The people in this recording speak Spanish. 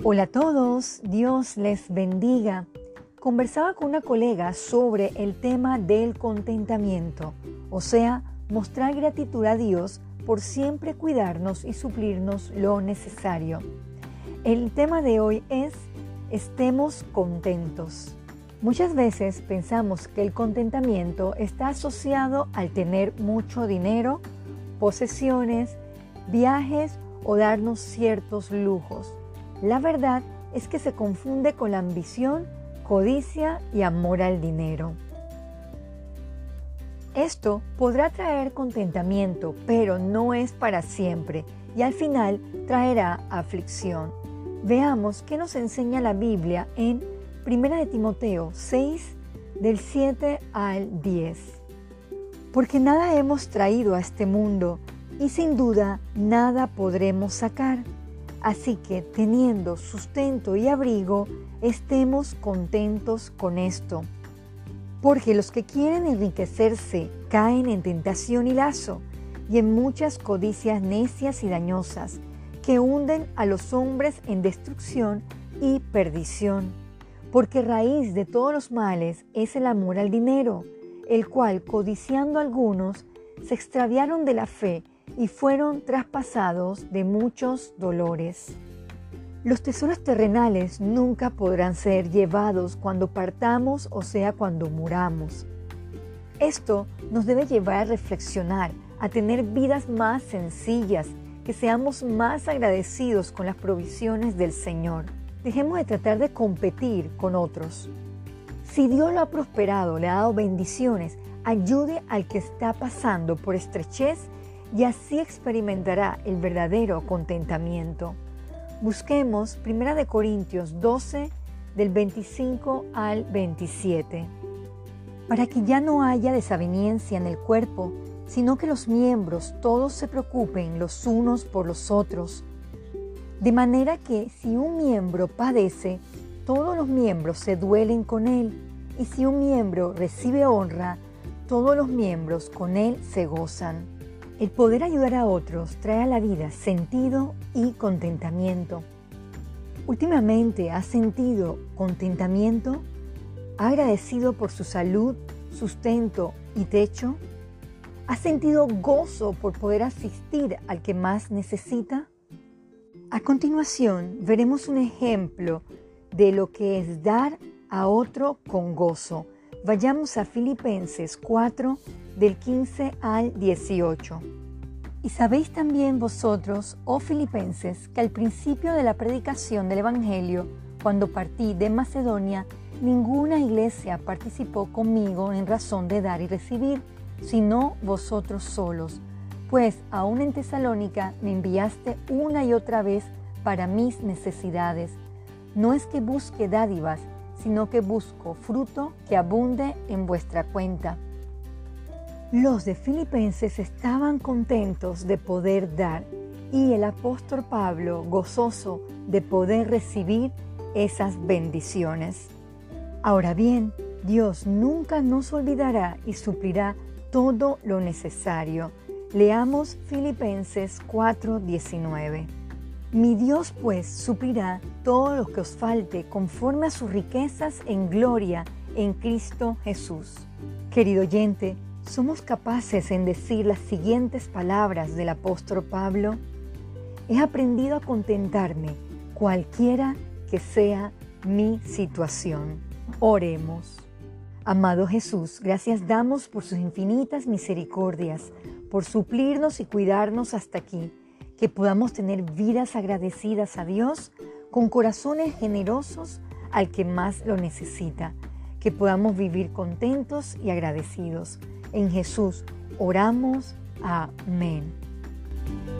Hola a todos, Dios les bendiga. Conversaba con una colega sobre el tema del contentamiento, o sea, mostrar gratitud a Dios por siempre cuidarnos y suplirnos lo necesario. El tema de hoy es: estemos contentos. Muchas veces pensamos que el contentamiento está asociado al tener mucho dinero, posesiones, viajes o darnos ciertos lujos. La verdad es que se confunde con la ambición, codicia y amor al dinero. Esto podrá traer contentamiento, pero no es para siempre y al final traerá aflicción. Veamos qué nos enseña la Biblia en 1 Timoteo 6, del 7 al 10. Porque nada hemos traído a este mundo y sin duda nada podremos sacar. Así que, teniendo sustento y abrigo, estemos contentos con esto. Porque los que quieren enriquecerse caen en tentación y lazo, y en muchas codicias necias y dañosas, que hunden a los hombres en destrucción y perdición. Porque raíz de todos los males es el amor al dinero, el cual, codiciando algunos, se extraviaron de la fe y fueron traspasados de muchos dolores. Los tesoros terrenales nunca podrán ser llevados cuando partamos, o sea, cuando muramos. Esto nos debe llevar a reflexionar, a tener vidas más sencillas, que seamos más agradecidos con las provisiones del Señor. Dejemos de tratar de competir con otros. Si Dios lo ha prosperado, le ha dado bendiciones, ayude al que está pasando por estrechez y así experimentará el verdadero contentamiento. Busquemos 1 Corintios 12, del 25 al 27. Para que ya no haya desaveniencia en el cuerpo, sino que los miembros todos se preocupen los unos por los otros. De manera que si un miembro padece, todos los miembros se duelen con él, y si un miembro recibe honra, todos los miembros con él se gozan. El poder ayudar a otros trae a la vida sentido y contentamiento. Últimamente, ¿has sentido contentamiento? ¿Ha agradecido por su salud, sustento y techo? ¿Has sentido gozo por poder asistir al que más necesita? A continuación, veremos un ejemplo de lo que es dar a otro con gozo. Vayamos a Filipenses 4, del 15 al 18. Y sabéis también vosotros, oh Filipenses, que al principio de la predicación del Evangelio, cuando partí de Macedonia, ninguna iglesia participó conmigo en razón de dar y recibir, sino vosotros solos. Pues aún en Tesalónica me enviaste una y otra vez para mis necesidades. No es que busque dádivas, sino que busco fruto que abunde en vuestra cuenta. Los de Filipenses estaban contentos de poder dar y el apóstol Pablo gozoso de poder recibir esas bendiciones. Ahora bien, Dios nunca nos olvidará y suplirá todo lo necesario. Leamos Filipenses 4:19. Mi Dios pues suplirá todo lo que os falte conforme a sus riquezas en gloria en Cristo Jesús. Querido oyente, ¿somos capaces en decir las siguientes palabras del apóstol Pablo? He aprendido a contentarme, cualquiera que sea mi situación. Oremos. Amado Jesús, gracias damos por sus infinitas misericordias, por suplirnos y cuidarnos hasta aquí. Que podamos tener vidas agradecidas a Dios, con corazones generosos al que más lo necesita. Que podamos vivir contentos y agradecidos. En Jesús oramos. Amén.